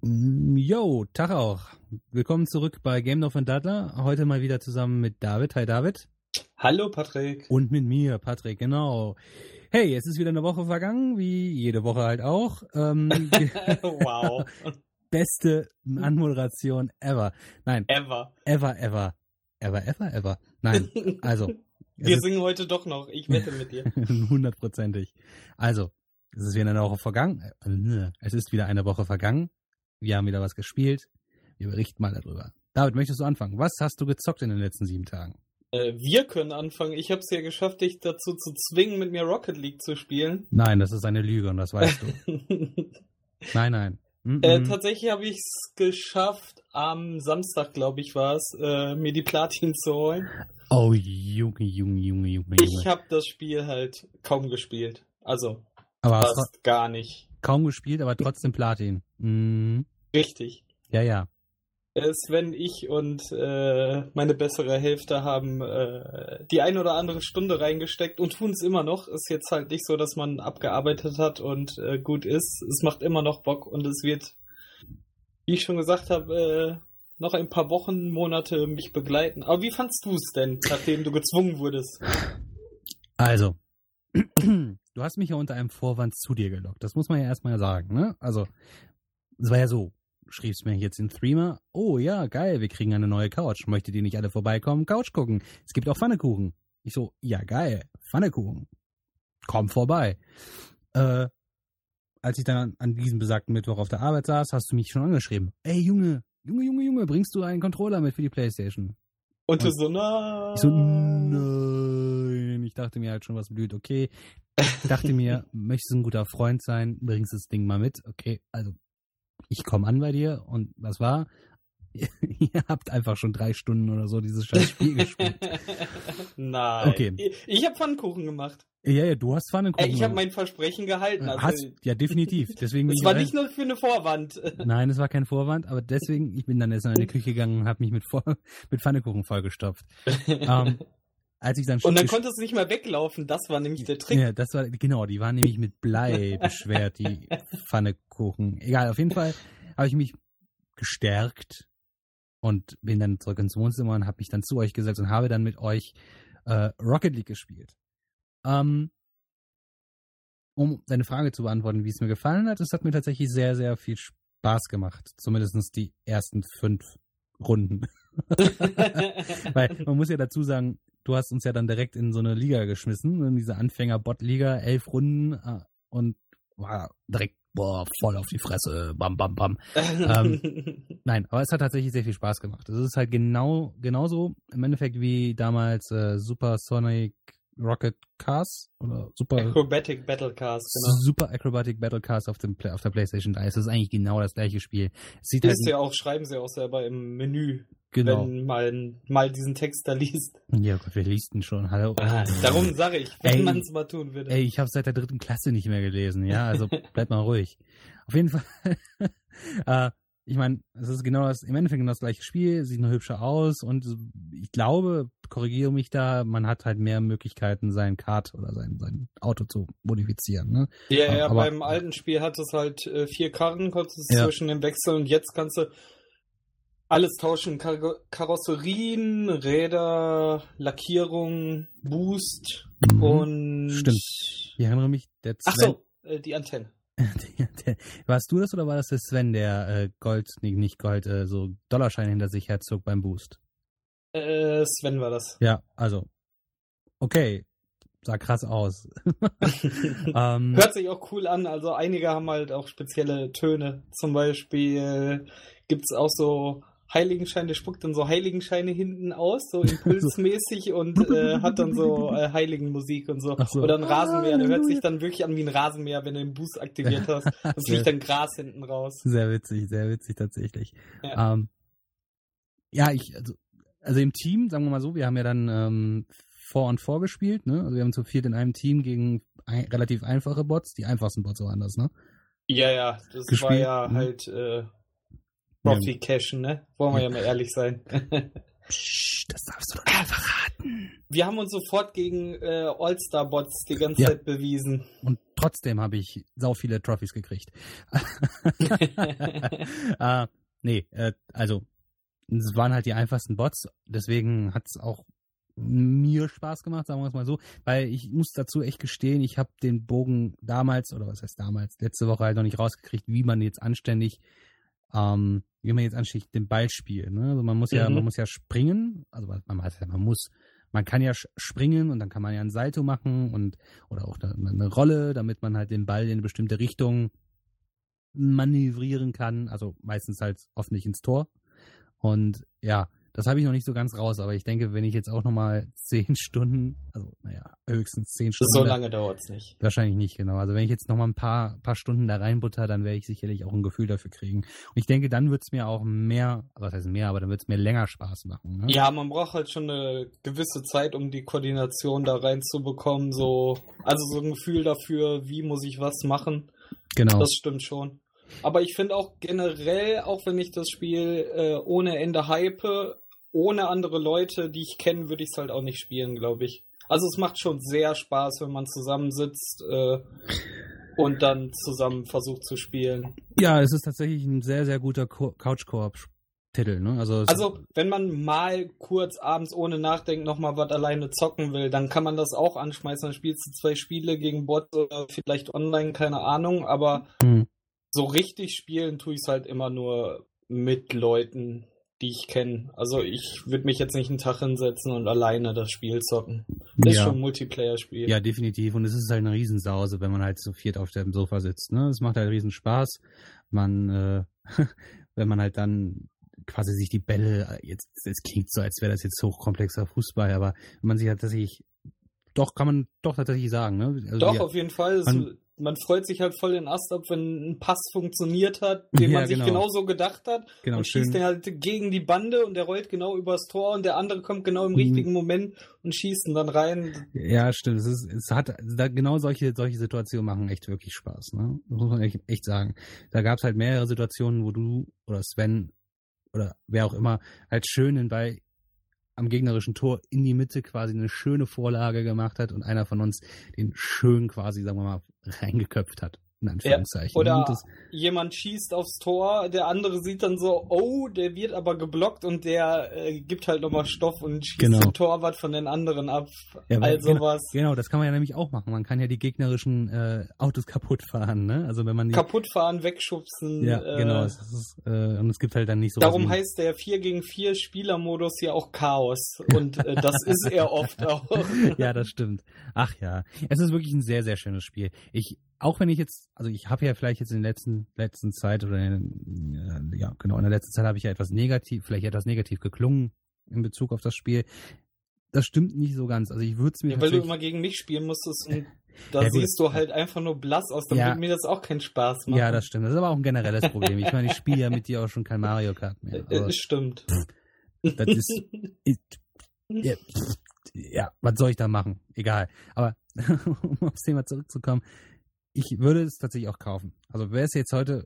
Jo, Tag auch. Willkommen zurück bei Game Of Daddler. Heute mal wieder zusammen mit David. Hi David. Hallo Patrick. Und mit mir, Patrick, genau. Hey, es ist wieder eine Woche vergangen, wie jede Woche halt auch. Wow. Beste Anmoderation ever. Nein. Ever. Ever. Nein, also. Wir singen heute doch noch, ich wette mit dir. 100%ig. Also, es ist wieder eine Woche vergangen. Es ist wieder eine Woche vergangen. Wir haben wieder was gespielt. Wir berichten mal darüber. David, möchtest du anfangen? Was hast du gezockt in den letzten 7 Tagen? Wir können anfangen. Ich habe es ja geschafft, dich dazu zu zwingen, mit mir Rocket League zu spielen. Nein, das ist eine Lüge und das weißt du. Nein. Tatsächlich habe ich es geschafft, am Samstag, glaube ich, war es, mir die Platin zu holen. Oh, Junge. Ich habe das Spiel halt kaum gespielt. Also, aber fast gar nicht. Kaum gespielt, aber trotzdem Platin. Richtig. Ja. Sven, ich und meine bessere Hälfte haben die ein oder andere Stunde reingesteckt und tun es immer noch. Ist jetzt halt nicht so, dass man abgearbeitet hat und gut ist. Es macht immer noch Bock und es wird, wie ich schon gesagt habe, noch ein paar Wochen, Monate mich begleiten. Aber wie fandst du es denn, nachdem du gezwungen wurdest? Also, du hast mich ja unter einem Vorwand zu dir gelockt. Das muss man ja erstmal sagen, ne? Also, es war ja so. Schriebst mir jetzt in Threema, oh ja, geil, wir kriegen eine neue Couch. Möchtet ihr nicht alle vorbeikommen, Couch gucken? Es gibt auch Pfannekuchen. Ich so, ja geil, Pfannekuchen. Komm vorbei. Als ich dann an diesem besagten Mittwoch auf der Arbeit saß, hast du mich schon angeschrieben. Ey Junge, bringst du einen Controller mit für die Playstation? Und du so, nein. Ich so, nein. Ich dachte mir halt schon, was blüht. Okay. Ich dachte mir, möchtest du ein guter Freund sein, bringst das Ding mal mit. Okay, also ich komme an bei dir und was war? Ihr habt einfach schon 3 Stunden oder so dieses scheiß Spiel gespielt. Nein. Okay. Ich habe Pfannkuchen gemacht. Ja, du hast Pfannkuchen. Ich habe mein Versprechen gehalten. Also ja, definitiv. Deswegen es war nicht nur für eine Vorwand. Nein, es war kein Vorwand, aber deswegen, ich bin dann erst in eine Küche gegangen und habe mich mit Pfannkuchen vollgestopft. Als ich dann und dann konntest du nicht mehr weglaufen, das war nämlich der Trick. Ja, das war, genau, die waren nämlich mit Blei beschwert, die Pfannekuchen. Egal, auf jeden Fall habe ich mich gestärkt und bin dann zurück ins Wohnzimmer und habe mich dann zu euch gesetzt und habe dann mit euch Rocket League gespielt. Um deine Frage zu beantworten, wie es mir gefallen hat, es hat mir tatsächlich sehr, sehr viel Spaß gemacht. Zumindest die ersten 5 Runden. Weil man muss ja dazu sagen, du hast uns ja dann direkt in so eine Liga geschmissen, in diese Anfänger-Bot-Liga, 11 Runden und war direkt, voll auf die Fresse, bam. Nein, aber es hat tatsächlich sehr viel Spaß gemacht. Es ist halt genauso im Endeffekt wie damals Supersonic Rocket Cars oder Acrobatic Battle Cars, genau. Super Acrobatic Battle Cars auf der PlayStation 3. Es ist eigentlich genau das gleiche Spiel. Es sieht schreiben sie auch selber im Menü, genau. Wenn man mal diesen Text da liest. Ja Gott, wer liest denn schon? Hallo. Darum sage ich, wenn man es mal tun würde. Ey, ich habe seit der 3. Klasse nicht mehr gelesen, ja, also bleib mal ruhig. Auf jeden Fall, ich meine, es ist im Endeffekt genau das gleiche Spiel, sieht nur hübscher aus und ich glaube, korrigiere mich da, man hat halt mehr Möglichkeiten, sein Kart oder sein Auto zu modifizieren. Ne? Ja, aber beim alten Spiel hat es halt 4 Karren, konntest du zwischen dem wechseln und jetzt kannst du alles tauschen, Karosserien, Räder, Lackierung, Boost und... Stimmt, ich erinnere mich, die Antenne. Warst du das oder war das der Sven, der so Dollarscheine hinter sich herzog beim Boost? Sven war das. Ja, also, okay, sah krass aus. Hört sich auch cool an, also einige haben halt auch spezielle Töne. Zum Beispiel gibt's auch so Heiligenschein, der spuckt dann so Heiligenscheine hinten aus, so impulsmäßig und hat dann so Heiligenmusik und so. So. Oder ein Rasenmäher, der hört sich dann wirklich an wie ein Rasenmäher, wenn du den Boost aktiviert hast. Das fliegt dann Gras hinten raus. Sehr witzig tatsächlich. Ja, also im Team, sagen wir mal so, wir haben ja dann 4-on-4 gespielt, ne? Also wir haben zu 4 in einem Team gegen relativ einfache Bots, die einfachsten Bots waren das, ne? Ja, das gespielt, war ja halt Profi-Cashen, ne? Wollen wir ja mal ehrlich sein. Psst, das darfst du doch nicht verraten. Wir haben uns sofort gegen All-Star-Bots die ganze Zeit bewiesen. Und trotzdem habe ich sau viele Trophys gekriegt. Also, es waren halt die einfachsten Bots, deswegen hat es auch mir Spaß gemacht, sagen wir es mal so, weil ich muss dazu echt gestehen, ich habe den Bogen damals, oder was heißt damals, letzte Woche halt noch nicht rausgekriegt, wie man jetzt anständig den Ball spielt. Ne? Also man muss ja springen, also man kann ja springen und dann kann man ja ein Salto machen oder auch eine Rolle, damit man halt den Ball in eine bestimmte Richtung manövrieren kann, also meistens halt hoffentlich ins Tor. Und ja, das habe ich noch nicht so ganz raus, aber ich denke, wenn ich jetzt auch nochmal 10 Stunden, also höchstens 10 Stunden. So lange dauert es nicht. Wahrscheinlich nicht, genau. Also wenn ich jetzt nochmal ein paar Stunden da reinbutter, dann werde ich sicherlich auch ein Gefühl dafür kriegen. Und ich denke, dann wird es mir auch aber dann wird es mir länger Spaß machen. Ne? Ja, man braucht halt schon eine gewisse Zeit, um die Koordination da reinzubekommen. Also so ein Gefühl dafür, wie muss ich was machen. Genau. Das stimmt schon. Aber ich finde auch generell, auch wenn ich das Spiel ohne Ende hype, ohne andere Leute, die ich kenne, würde ich es halt auch nicht spielen, glaube ich. Also es macht schon sehr Spaß, wenn man zusammensitzt und dann zusammen versucht zu spielen. Ja, es ist tatsächlich ein sehr, sehr guter Couch-Koop-Titel. Ne? Also wenn man mal kurz abends ohne Nachdenken nochmal was alleine zocken will, dann kann man das auch anschmeißen. Dann spielst du 2 Spiele gegen Bots oder vielleicht online, keine Ahnung. Aber so richtig spielen tue ich es halt immer nur mit Leuten, die ich kenne. Also ich würde mich jetzt nicht einen Tag hinsetzen und alleine das Spiel zocken. Das ist schon ein Multiplayer-Spiel. Ja, definitiv. Und es ist halt eine Riesensause, wenn man halt so viert auf dem Sofa sitzt. Ne? Es macht halt riesen Spaß. Wenn man halt dann quasi sich die Bälle, es klingt so, als wäre das jetzt hochkomplexer Fußball, aber wenn man sich halt tatsächlich, kann man doch tatsächlich sagen. Ne? Also doch, auf jeden Fall. Man freut sich halt voll den Ast ab, wenn ein Pass funktioniert hat, den man sich genauso gedacht hat. Genau, und schießt den halt gegen die Bande und der rollt genau übers Tor und der andere kommt genau im richtigen Moment und schießt ihn dann rein. Ja, stimmt. Genau solche Situationen machen echt wirklich Spaß. Ne? Das muss man echt sagen. Da gab es halt mehrere Situationen, wo du oder Sven oder wer auch immer halt schön den Ball am gegnerischen Tor in die Mitte quasi eine schöne Vorlage gemacht hat und einer von uns den schön quasi, sagen wir mal, reingeköpft hat. In Anführungszeichen. Ja, oder jemand schießt aufs Tor, der andere sieht dann so, oh, der wird aber geblockt und der gibt halt nochmal Stoff und schießt den Torwart von den anderen ab. Ja, sowas. Genau, das kann man ja nämlich auch machen. Man kann ja die gegnerischen Autos kaputt fahren, ne? Also wenn man die kaputt fahren, wegschubsen. Ja, genau. Und es gibt halt dann nicht so. Darum heißt der 4-gegen-4 Spielermodus ja auch Chaos. Und das ist er oft auch. Ja, das stimmt. Ach ja. Es ist wirklich ein sehr, sehr schönes Spiel. Auch wenn ich jetzt, also ich habe ja vielleicht jetzt in der letzten Zeit in der letzten Zeit habe ich ja etwas negativ geklungen in Bezug auf das Spiel. Das stimmt nicht so ganz. Also ich würde es mir weil du immer gegen mich spielen musstest und da siehst du halt einfach nur blass aus, dann wird mir das auch keinen Spaß machen. Ja, das stimmt. Das ist aber auch ein generelles Problem. Ich meine, ich spiele ja mit dir auch schon kein Mario Kart mehr. Das stimmt. Das ist ja, was soll ich da machen? Egal. Aber um aufs Thema zurückzukommen, ich würde es tatsächlich auch kaufen. Also wäre es jetzt letzte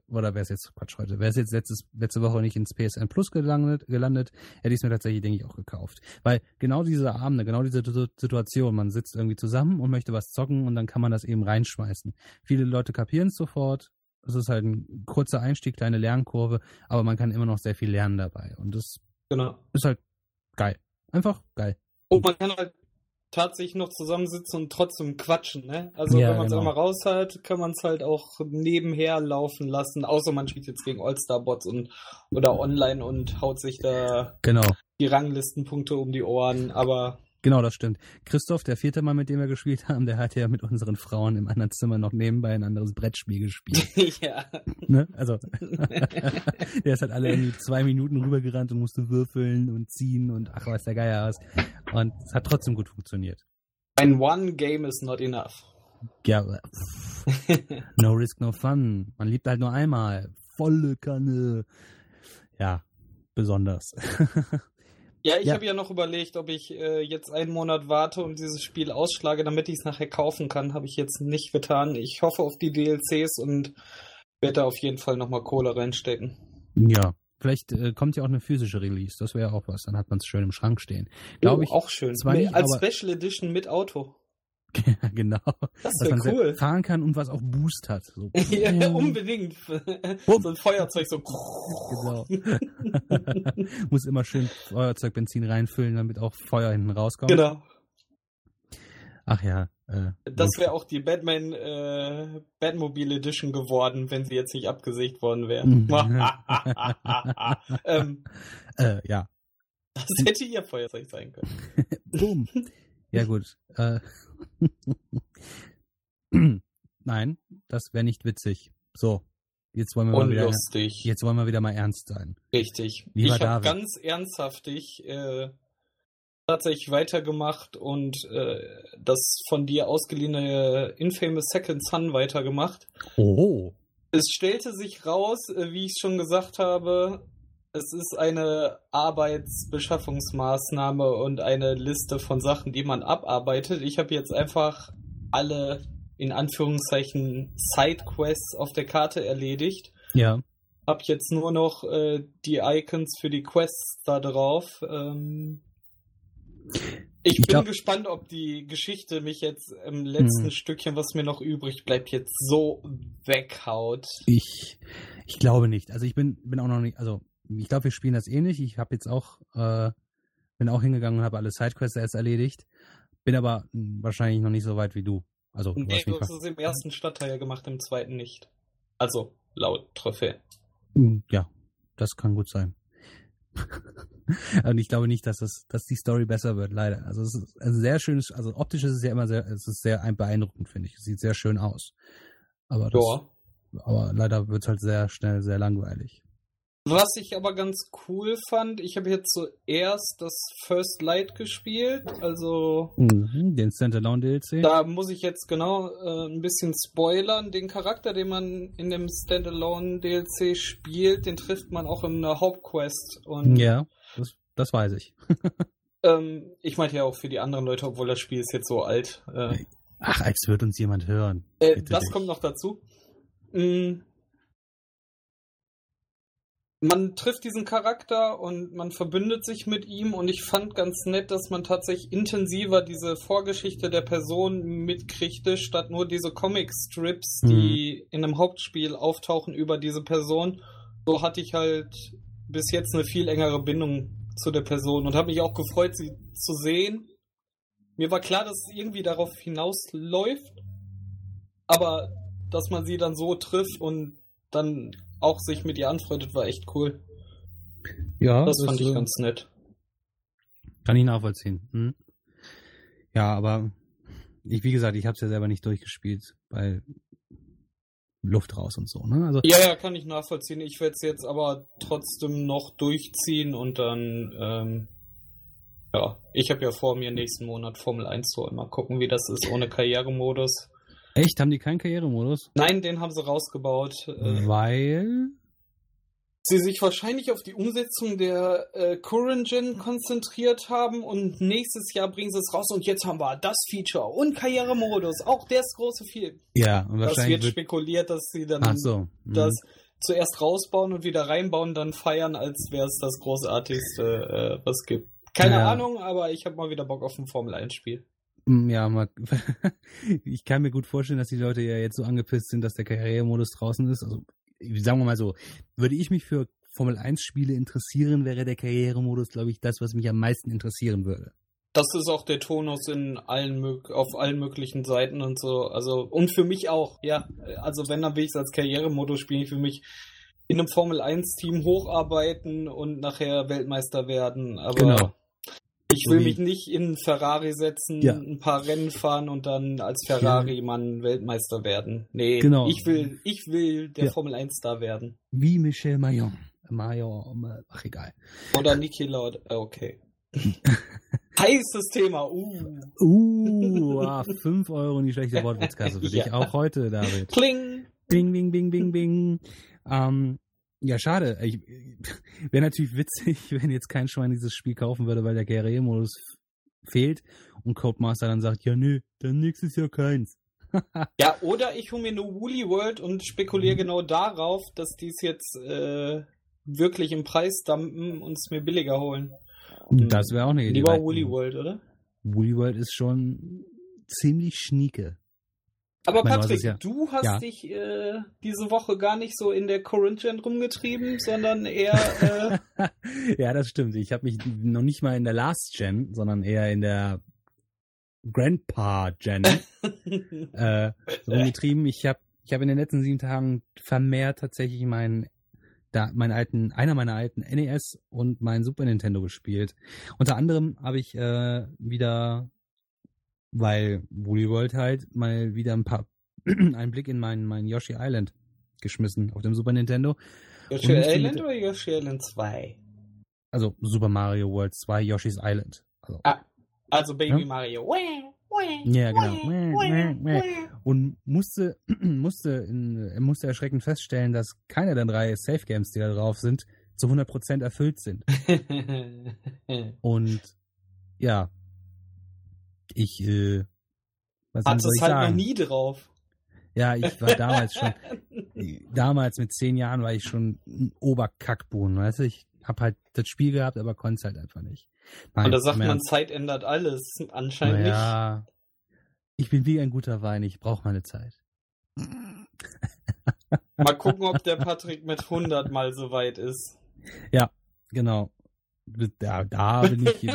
Woche nicht ins PSN Plus gelandet, hätte ich es mir tatsächlich, denke ich, auch gekauft. Weil genau diese Abende, genau diese Situation, man sitzt irgendwie zusammen und möchte was zocken und dann kann man das eben reinschmeißen. Viele Leute kapieren es sofort. Es ist halt ein kurzer Einstieg, kleine Lernkurve, aber man kann immer noch sehr viel lernen dabei. Und das ist halt geil. Einfach geil. Und man kann halt tatsächlich noch zusammensitzen und trotzdem quatschen, ne? Also wenn man es einmal raus hat, kann man es halt auch nebenher laufen lassen, außer man spielt jetzt gegen All-Star-Bots oder online und haut sich da die Ranglistenpunkte um die Ohren, aber genau, das stimmt. Christoph, der 4. Mal, mit dem wir gespielt haben, der hat ja mit unseren Frauen im anderen Zimmer noch nebenbei ein anderes Brettspiel gespielt. Ja. Ne? Also, der ist halt alle irgendwie 2 Minuten rübergerannt und musste würfeln und ziehen und ach, weiß der Geier was. Und es hat trotzdem gut funktioniert. Ein One Game is not enough. Ja, no risk, no fun. Man liebt halt nur einmal. Volle Kanne. Ja, besonders. Ja, ich habe ja noch überlegt, ob ich jetzt einen Monat warte und dieses Spiel ausschlage, damit ich es nachher kaufen kann. Habe ich jetzt nicht getan. Ich hoffe auf die DLCs und werde da auf jeden Fall nochmal Kohle reinstecken. Ja, Vielleicht kommt ja auch eine physische Release. Das wäre auch was. Dann hat man es schön im Schrank stehen. Glaube ich. Auch schön. Zwar nicht, als aber Special Edition mit Auto. ja, genau. Das Dass man wäre cool. fahren kann und was auch Boost hat. So. Ja, unbedingt. So ein Feuerzeug so. Genau. Muss immer schön Feuerzeugbenzin reinfüllen, damit auch Feuer hinten rauskommt. Genau. Ach ja. Das wäre auch die Batmobile Edition geworden, wenn sie jetzt nicht abgesägt worden wäre. Ja. Das hätte ihr Feuerzeug sein können. Boom. Ja gut. Nein, das wäre nicht witzig. So, jetzt wollen wir wieder mal ernst sein. Richtig. Lieber ich habe David. ganz ernsthaftig tatsächlich weitergemacht und das von dir ausgeliehene Infamous Second Son weitergemacht. Oh. Es stellte sich raus, wie ich schon gesagt habe, es ist eine Arbeitsbeschaffungsmaßnahme und eine Liste von Sachen, die man abarbeitet. Ich habe jetzt einfach alle, in Anführungszeichen, Sidequests auf der Karte erledigt. Ja. Hab jetzt nur noch die Icons für die Quests da drauf. Ich bin gespannt, ob die Geschichte mich jetzt im letzten Stückchen, was mir noch übrig bleibt, jetzt so weghaut. Ich glaube nicht. Also ich bin auch noch nicht, also ich glaube, wir spielen das ähnlich. Ich habe jetzt auch, bin auch hingegangen und habe alle Sidequests erst erledigt. Bin aber wahrscheinlich noch nicht so weit wie du. Also, Nee, du hast es im ersten Stadtteil gemacht, im zweiten nicht. Also, laut Trophäe. Ja, das kann gut sein. Und ich glaube nicht, dass die Story besser wird, leider. Also es ist ein sehr schönes, also optisch ist es ja immer sehr beeindruckend, finde ich. Es sieht sehr schön aus. Aber leider wird es halt sehr schnell sehr langweilig. Was ich aber ganz cool fand, ich habe jetzt zuerst das First Light gespielt, also den Standalone DLC. Da muss ich jetzt ein bisschen spoilern. Den Charakter, den man in dem Standalone DLC spielt, den trifft man auch in einer Hauptquest. Und ja, das weiß ich. Ich meinte ja auch für die anderen Leute, obwohl das Spiel ist jetzt so alt. Ach, als würde uns jemand hören. Das kommt noch dazu. Man trifft diesen Charakter und man verbündet sich mit ihm und ich fand ganz nett, dass man tatsächlich intensiver diese Vorgeschichte der Person mitkriegte, statt nur diese Comic-Strips, die in einem Hauptspiel auftauchen über diese Person. So hatte ich halt bis jetzt eine viel engere Bindung zu der Person und habe mich auch gefreut, sie zu sehen. Mir war klar, dass es irgendwie darauf hinausläuft, aber dass man sie dann so trifft und dann auch sich mit ihr anfreundet, war echt cool. Ja, das fand ich ganz nett. Kann ich nachvollziehen. Ja, aber wie gesagt, ich habe es ja selber nicht durchgespielt, weil Luft raus und so, ne? Also, ja, kann ich nachvollziehen. Ich werde es jetzt aber trotzdem noch durchziehen und dann, ich habe ja vor mir nächsten Monat Formel 1 zu mal gucken, wie das ist ohne Karrieremodus. Echt? Haben die keinen Karrieremodus? Nein, den haben sie rausgebaut. Weil? Sie sich wahrscheinlich auf die Umsetzung der Current Gen konzentriert haben und nächstes Jahr bringen sie es raus und jetzt haben wir das Feature und Karrieremodus, auch das große viel. Ja, und wahrscheinlich das wird spekuliert, dass sie dann das zuerst rausbauen und wieder reinbauen, dann feiern, als wäre es das Großartigste, was es gibt. Keine Ahnung, aber ich habe mal wieder Bock auf ein Formel-1-Spiel. Ja, ich kann mir gut vorstellen, dass die Leute ja jetzt so angepisst sind, dass der Karrieremodus draußen ist. Also, sagen wir mal so, würde ich mich für Formel-1-Spiele interessieren, wäre der Karrieremodus, glaube ich, das, was mich am meisten interessieren würde. Das ist auch der Tonus auf allen möglichen Seiten und so. Also, und für mich auch, ja. Also, wenn, dann will ich es als Karrieremodus spielen. Ich will mich in einem Formel-1-Team hocharbeiten und nachher Weltmeister werden. Aber genau. Ich will mich nicht in einen Ferrari setzen, ein paar Rennen fahren und dann als Ferrari-Mann Weltmeister werden. Nee, genau. Ich will der Formel-1-Star werden. Wie Michel Maillon. Ach, egal. Oder Niki Lauda. Okay. Heißes Thema. 5 Euro in die schlechte Wortwitzkasse für dich. Auch heute, David. Kling. Bing, bing, bing, bing, bing. Ja, schade. Wäre natürlich witzig, wenn jetzt kein Schwein dieses Spiel kaufen würde, weil der Karrieremodus fehlt und Codemaster dann sagt, ja nö, dann nächstes Jahr keins. Ja, oder ich hole mir eine Woolly World und spekuliere genau darauf, dass die es jetzt wirklich im Preis dumpen und es mir billiger holen. Das wäre auch eine Idee. Lieber Woolly World, oder? Woolly World ist schon ziemlich schnieke. Aber Ich meine, Patrick, du hast dich diese Woche gar nicht so in der Current Gen rumgetrieben, sondern eher... Ja, das stimmt. Ich habe mich noch nicht mal in der Last Gen, sondern eher in der Grandpa Gen so rumgetrieben. Ich hab in den letzten 7 Tagen vermehrt tatsächlich einer meiner alten NES und meinen Super Nintendo gespielt. Unter anderem habe ich wieder, weil Woolly World halt, mal wieder einen Blick in mein Yoshi Island geschmissen auf dem Super Nintendo. Yoshi Island oder Yoshi Island 2? Also Super Mario World 2 Yoshi's Island. Also Baby ja? Mario. Ja, genau. Und musste erschreckend feststellen, dass keiner der 3 Safe Games, die da drauf sind, zu 100% erfüllt sind. Und ja, was hat soll es ich halt sagen? noch nie drauf. Ja, ich war damals mit 10 Jahren war ich schon ein Oberkackbohnen, weißt du? Ich habe halt das Spiel gehabt, aber konnte es halt einfach nicht. Nein, und da sagt man, Zeit ändert alles. Anscheinend nicht. Ja, ich bin wie ein guter Wein, ich brauche meine Zeit. Mal gucken, ob der Patrick mit 100 mal so weit ist. Ja, genau. Da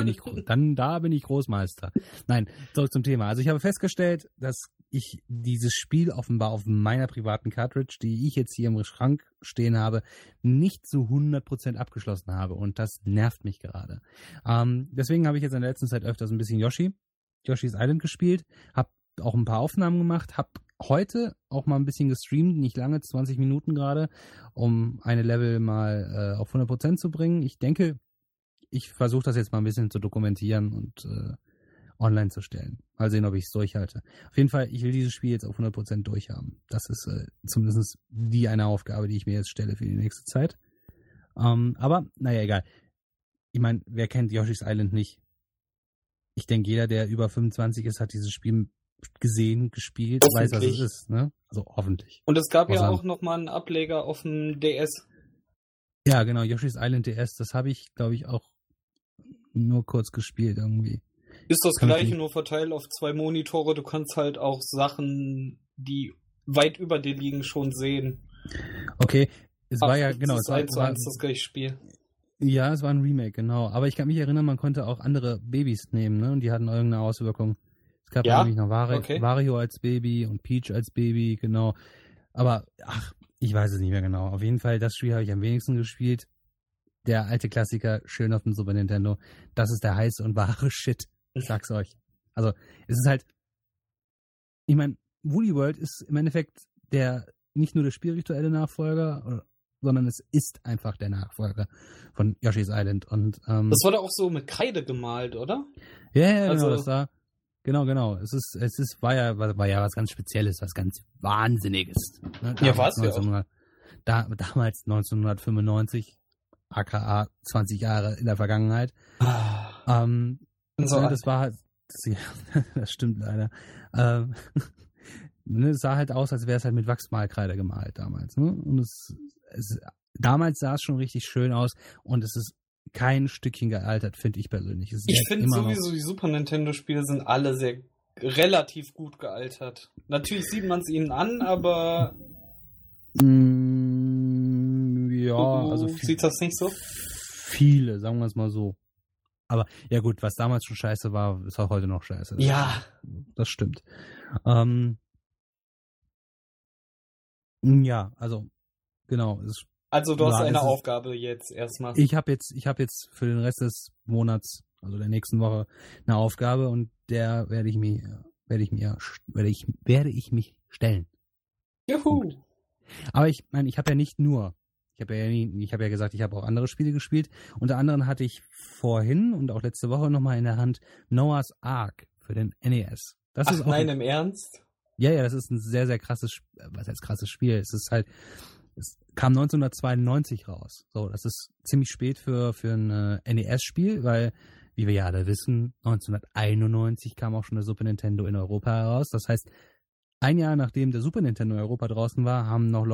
bin ich Großmeister. Nein, zurück zum Thema. Also ich habe festgestellt, dass ich dieses Spiel offenbar auf meiner privaten Cartridge, die ich jetzt hier im Schrank stehen habe, nicht zu 100% abgeschlossen habe. Und das nervt mich gerade. Deswegen habe ich jetzt in der letzten Zeit öfters ein bisschen Yoshi's Island gespielt, habe auch ein paar Aufnahmen gemacht, habe heute auch mal ein bisschen gestreamt, nicht lange, 20 Minuten gerade, um eine Level mal auf 100% zu bringen. Ich denke, ich versuche das jetzt mal ein bisschen zu dokumentieren und online zu stellen. Mal sehen, ob ich es durchhalte. Auf jeden Fall, ich will dieses Spiel jetzt auf 100% durchhaben. Das ist zumindest die eine Aufgabe, die ich mir jetzt stelle für die nächste Zeit. Aber, naja, egal. Ich meine, wer kennt Yoshi's Island nicht? Ich denke, jeder, der über 25 ist, hat dieses Spiel gesehen, gespielt, weiß, was es ist. Ne? Also hoffentlich. Und es gab ja auch nochmal einen Ableger auf dem DS. Ja, genau, Yoshi's Island DS, das habe ich, glaube ich, auch nur kurz gespielt irgendwie. Ist das gleiche, nur verteilt auf 2 Monitore. Du kannst halt auch Sachen, die weit über dir liegen, schon sehen. Okay, es war ja, genau. Es war 1:1 das gleiche Spiel. Ja, es war ein Remake, genau. Aber ich kann mich erinnern, man konnte auch andere Babys nehmen, ne? Und die hatten irgendeine Auswirkung. Es gab nämlich noch Wario als Baby und Peach als Baby, genau. Aber, ich weiß es nicht mehr genau. Auf jeden Fall, das Spiel habe ich am wenigsten gespielt. Der alte Klassiker, schön auf dem Super Nintendo. Das ist der heiße und wahre Shit. Ich sag's euch. Also, es ist halt, ich meine, Woolly World ist im Endeffekt nicht nur der spirituelle Nachfolger, sondern es ist einfach der Nachfolger von Yoshi's Island. Und, das war doch auch so mit Kreide gemalt, oder? Ja, genau, das war, genau. War ja was ganz Spezielles, was ganz Wahnsinniges. Ne? Ja, was ja. Damals 1995, aka 20 Jahre in der Vergangenheit. Das war halt, das stimmt leider. Es sah halt aus, als wäre es halt mit Wachsmalkreide gemalt damals. Ne? Und damals sah es schon richtig schön aus und es ist kein Stückchen gealtert, finde ich persönlich. Ich finde sowieso, die Super Nintendo-Spiele sind alle relativ gut gealtert. Natürlich sieht man es ihnen an, aber also sieht das nicht so? Viele, sagen wir es mal so. Aber ja gut, was damals schon scheiße war, ist auch heute noch scheiße. Ja. Das stimmt. Ja, also genau. Also du hast eine Aufgabe jetzt erstmal. Ich habe jetzt für den Rest des Monats, also der nächsten Woche, eine Aufgabe und der werde ich mich stellen. Juhu. Punkt. Aber ich meine, ich habe ja gesagt, ich habe auch andere Spiele gespielt. Unter anderem hatte ich vorhin und auch letzte Woche nochmal in der Hand Noah's Ark für den NES. Das ist auch nein, im Ernst? Ja, das ist ein sehr, sehr krasses, Spiel. Es kam 1992 raus. So, das ist ziemlich spät für ein NES-Spiel, weil, wie wir ja alle wissen, 1991 kam auch schon der Super Nintendo in Europa heraus. Das heißt, ein Jahr nachdem der Super Nintendo in Europa draußen war, haben noch Leute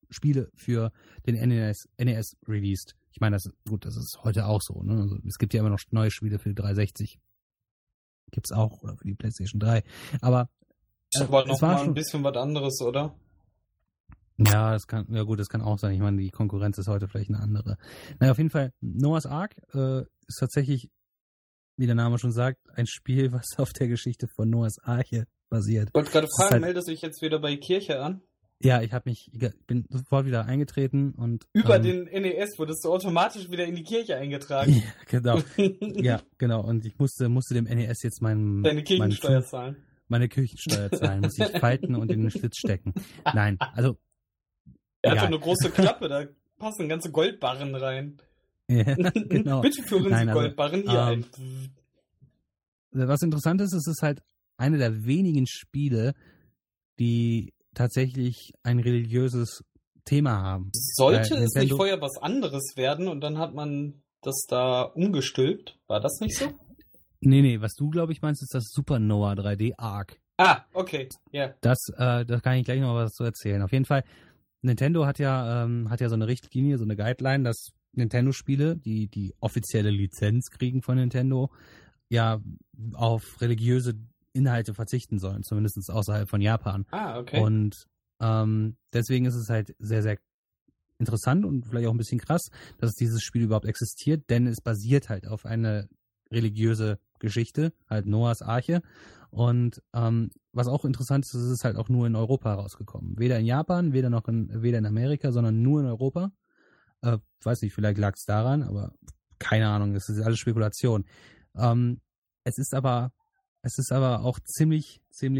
Spiele für den NES released. Ich meine, das ist heute auch so. Ne? Also, es gibt ja immer noch neue Spiele für die 360. Gibt's auch, oder für die PlayStation 3. Aber das war noch mal ein bisschen was anderes, oder? Ja, das kann auch sein. Ich meine, die Konkurrenz ist heute vielleicht eine andere. Naja, auf jeden Fall, Noah's Ark ist tatsächlich, wie der Name schon sagt, ein Spiel, was auf der Geschichte von Noah's Arche basiert. Ich wollte gerade fragen, meldest du dich jetzt wieder bei Kirche an? Ja, ich bin sofort wieder eingetreten und über den NES wurdest du automatisch wieder in die Kirche eingetragen. Ja, genau. Ja, genau. Und ich musste dem NES jetzt deine Kirchensteuer zahlen. Meine Kirchensteuer zahlen, muss ich falten und in den Schlitz stecken. Nein, also er hat so eine große Klappe, da passen ganze Goldbarren rein. Ja, genau. Bitte führen Sie Goldbarren hier ein. Was interessant ist, es ist halt eine der wenigen Spiele, die tatsächlich ein religiöses Thema haben. Sollte es nicht vorher was anderes werden und dann hat man das da umgestülpt? War das nicht so? Nee, was du, glaube ich, meinst, ist das Super Noah 3D Arc. Ah, okay, ja. Yeah. Das kann ich gleich noch was zu erzählen. Auf jeden Fall, Nintendo hat ja so eine Richtlinie, so eine Guideline, dass Nintendo-Spiele, die offizielle Lizenz kriegen von Nintendo, ja auf religiöse Inhalte verzichten sollen, zumindest außerhalb von Japan. Ah, okay. Und deswegen ist es halt sehr, sehr interessant und vielleicht auch ein bisschen krass, dass dieses Spiel überhaupt existiert, denn es basiert halt auf eine religiöse Geschichte, halt Noahs Arche. Und was auch interessant ist, es ist halt auch nur in Europa rausgekommen. Weder in Japan, weder in Amerika, sondern nur in Europa. Weiß nicht, vielleicht lag es daran, aber keine Ahnung, das ist alles Spekulation. Es ist aber auch ziemlich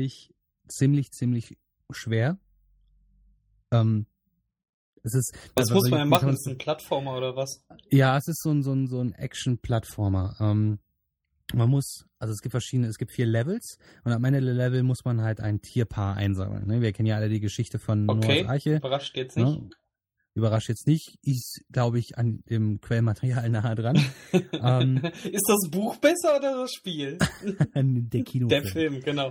schwer. Was muss man ja machen? Ist es ein Plattformer oder was? Ja, es ist so ein Action-Plattformer. Es gibt 4 Levels und am Ende der Level muss man halt ein Tierpaar einsammeln. Ne? Wir kennen ja alle die Geschichte von Noahs Arche. Überrascht jetzt nicht. Ne? Überrascht jetzt nicht. Ist, glaube ich, an dem Quellmaterial nahe dran. Ist das Buch besser oder das Spiel? Der Kinofilm. Der Film, genau.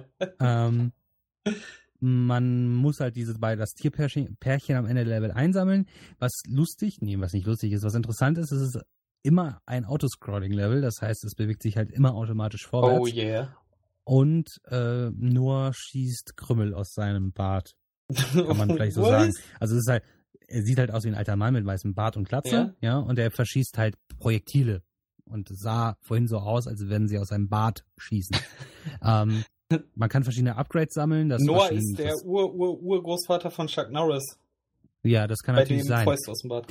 Man muss halt das Tierpärchen am Ende der Level einsammeln. Was nicht lustig ist, was interessant ist, es ist immer ein Autoscrolling-Level. Das heißt, es bewegt sich halt immer automatisch vorwärts. Oh yeah. Und Noah schießt Krümmel aus seinem Bart. Kann man vielleicht so sagen. Also es ist halt, er sieht halt aus wie ein alter Mann mit weißem Bart und Glatze, ja, und er verschießt halt Projektile. Und es sah vorhin so aus, als würden sie aus seinem Bart schießen. Man kann verschiedene Upgrades sammeln. Noah ist der Urgroßvater von Chuck Norris. Ja, das kann natürlich sein. Fäuste aus dem Bart.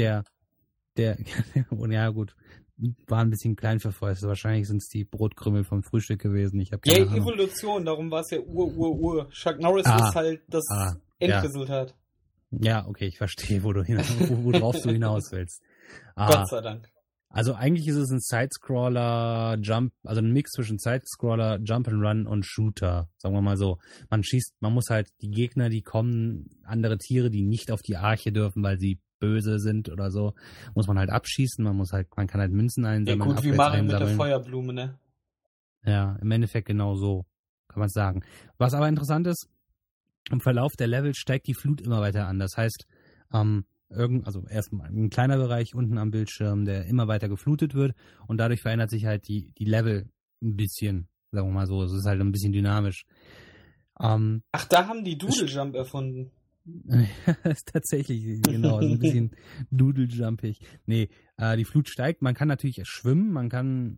Ja gut, war ein bisschen klein für Fäuste. Wahrscheinlich sind es die Brotkrümel vom Frühstück gewesen. Ich habe keine Ahnung. Evolution, darum war es ja Chuck Norris ist halt das Endresultat. Ja, okay, ich verstehe, worauf du hinaus willst. Gott sei Dank. Also eigentlich ist es ein Sidescroller, also ein Mix zwischen Sidescroller, Jump'n'Run und Shooter, sagen wir mal so. Man muss halt die Gegner, die kommen, andere Tiere, die nicht auf die Arche dürfen, weil sie böse sind oder so, muss man halt abschießen. Man kann halt Münzen einsammeln. Ja gut, wie Mario mit der Feuerblume, ne? Ja, im Endeffekt genau so, kann man sagen. Was aber interessant ist, im Verlauf der Level steigt die Flut immer weiter an. Das heißt, erstmal ein kleiner Bereich unten am Bildschirm, der immer weiter geflutet wird und dadurch verändert sich halt die Level ein bisschen, sagen wir mal so. Es ist halt ein bisschen dynamisch. Ach, da haben die Doodle Jump erfunden. Tatsächlich, genau, also ein bisschen Doodle-Jumpig. Nee, die Flut steigt, man kann natürlich schwimmen, man kann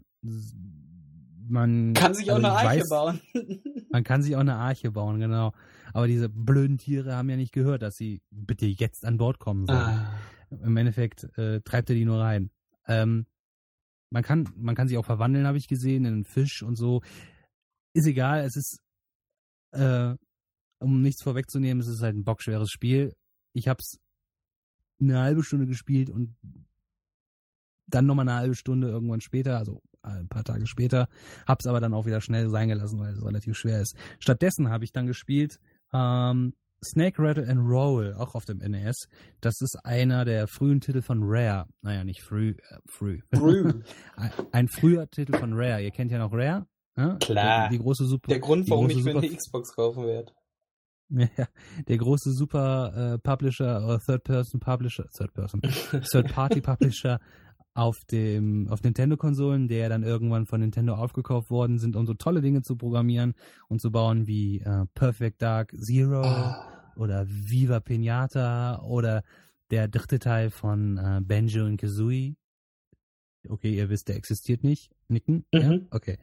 sich auch eine Arche bauen. Man kann sich auch eine Arche bauen, genau. Aber diese blöden Tiere haben ja nicht gehört, dass sie bitte jetzt an Bord kommen sollen. Im Endeffekt treibt er die nur rein. Man kann sich auch verwandeln, habe ich gesehen, in einen Fisch und so. Ist egal, es ist, um nichts vorwegzunehmen, es ist halt ein bockschweres Spiel. Ich habe es eine halbe Stunde gespielt und dann nochmal eine halbe Stunde irgendwann später, also ein paar Tage später, hab's aber dann auch wieder schnell sein gelassen, weil es relativ schwer ist. Stattdessen habe ich dann gespielt Snake, Rattle and Roll, auch auf dem NES. Das ist einer der frühen Titel von Rare. Naja, nicht früh. Ein früher Titel von Rare. Ihr kennt ja noch Rare? Ja? Klar. Die große Super. Der Grund, warum ich mir eine Xbox kaufen werde. Ja, der große Super Publisher oder Third-Party-Publisher auf Nintendo-Konsolen, der dann irgendwann von Nintendo aufgekauft worden sind, um so tolle Dinge zu programmieren und zu bauen wie Perfect Dark Zero oder Viva Pinata oder der dritte Teil von Banjo und Kazooie. Okay, ihr wisst, der existiert nicht. Nicken? Ja? Okay.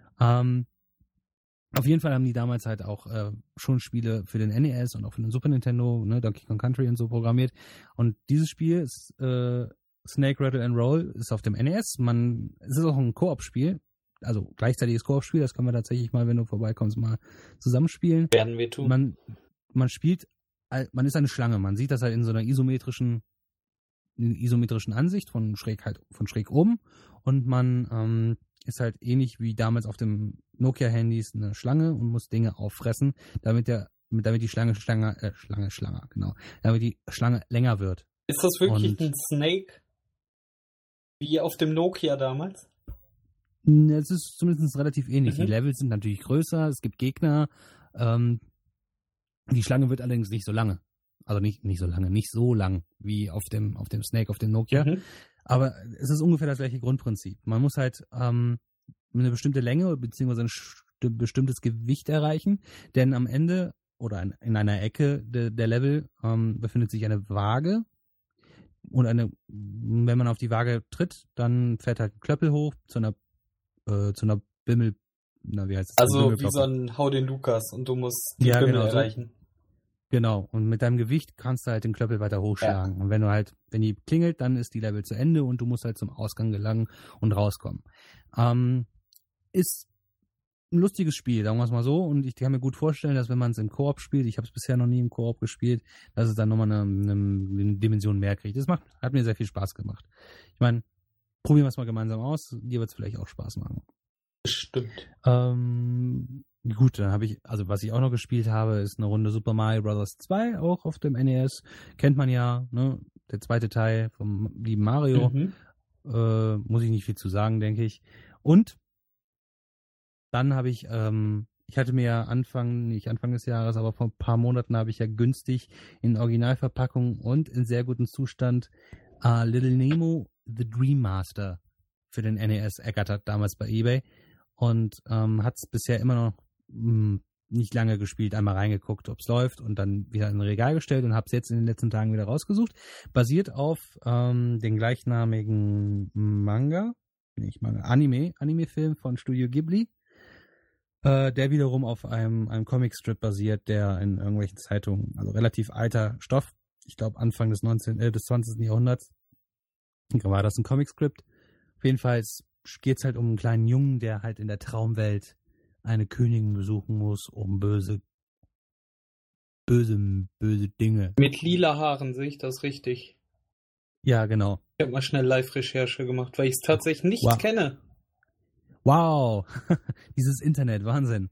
Auf jeden Fall haben die damals halt auch schon Spiele für den NES und auch für den Super Nintendo, ne, Donkey Kong Country und so programmiert. Und dieses Spiel ist Snake, Rattle and Roll ist auf dem NES. Es ist auch ein Koop-Spiel, also gleichzeitiges Koop-Spiel. Das können wir tatsächlich mal, wenn du vorbeikommst, mal zusammenspielen. Werden wir tun. Man spielt, man ist eine Schlange. Man sieht das halt in so einer isometrischen Ansicht von schräg oben. Und man ist halt ähnlich wie damals auf dem Nokia-Handys eine Schlange und muss Dinge auffressen, damit die Schlange länger wird. Ist das wirklich ein Snake wie auf dem Nokia damals? Es ist zumindest relativ ähnlich. Die Levels sind natürlich größer, es gibt Gegner. Die Schlange wird allerdings nicht so lange. Also nicht so lang wie auf dem Snake, auf dem Nokia. Aber es ist ungefähr das gleiche Grundprinzip. Man muss halt eine bestimmte Länge bzw. ein bestimmtes Gewicht erreichen, denn am Ende oder in einer Ecke der Level befindet sich eine Waage. Und wenn man auf die Waage tritt, dann fährt halt ein Klöppel hoch zu einer Bimmel. Wie heißt das? Also wie so ein Hau den Lukas und du musst die Bimmel erreichen. Genau, und mit deinem Gewicht kannst du halt den Klöppel weiter hochschlagen. Ja. Und wenn die klingelt, dann ist die Level zu Ende und du musst halt zum Ausgang gelangen und rauskommen. Ist ein lustiges Spiel, sagen wir es mal so. Und ich kann mir gut vorstellen, dass wenn man es im Koop spielt, ich habe es bisher noch nie im Koop gespielt, dass es dann nochmal eine Dimension mehr kriegt. Hat mir sehr viel Spaß gemacht. Ich meine, probieren wir es mal gemeinsam aus. Dir wird es vielleicht auch Spaß machen. Stimmt. Gut, dann was ich auch noch gespielt habe, ist eine Runde Super Mario Bros. 2, auch auf dem NES. Kennt man ja, ne? Der zweite Teil vom lieben Mario. Muss ich nicht viel zu sagen, denke ich. Und dann habe ich, ich hatte mir nicht Anfang des Jahres, aber vor ein paar Monaten habe ich ja günstig in Originalverpackung und in sehr gutem Zustand Little Nemo The Dream Master für den NES ergattert, damals bei eBay. Und hat es bisher immer noch nicht lange gespielt, einmal reingeguckt, ob es läuft und dann wieder in ein Regal gestellt und habe es jetzt in den letzten Tagen wieder rausgesucht. Basiert auf den gleichnamigen Anime-Film von Studio Ghibli, der wiederum auf einem Comicstrip basiert, der in irgendwelchen Zeitungen, also relativ alter Stoff, ich glaube Anfang des 20. Jahrhunderts, war das ein Comicstrip. Auf jeden Fall geht es halt um einen kleinen Jungen, der halt in der Traumwelt eine Königin besuchen muss, um böse Dinge. Mit lila Haaren, sehe ich das richtig? Ja, genau. Ich habe mal schnell Live-Recherche gemacht, weil ich es tatsächlich nicht kenne. Wow, dieses Internet, Wahnsinn.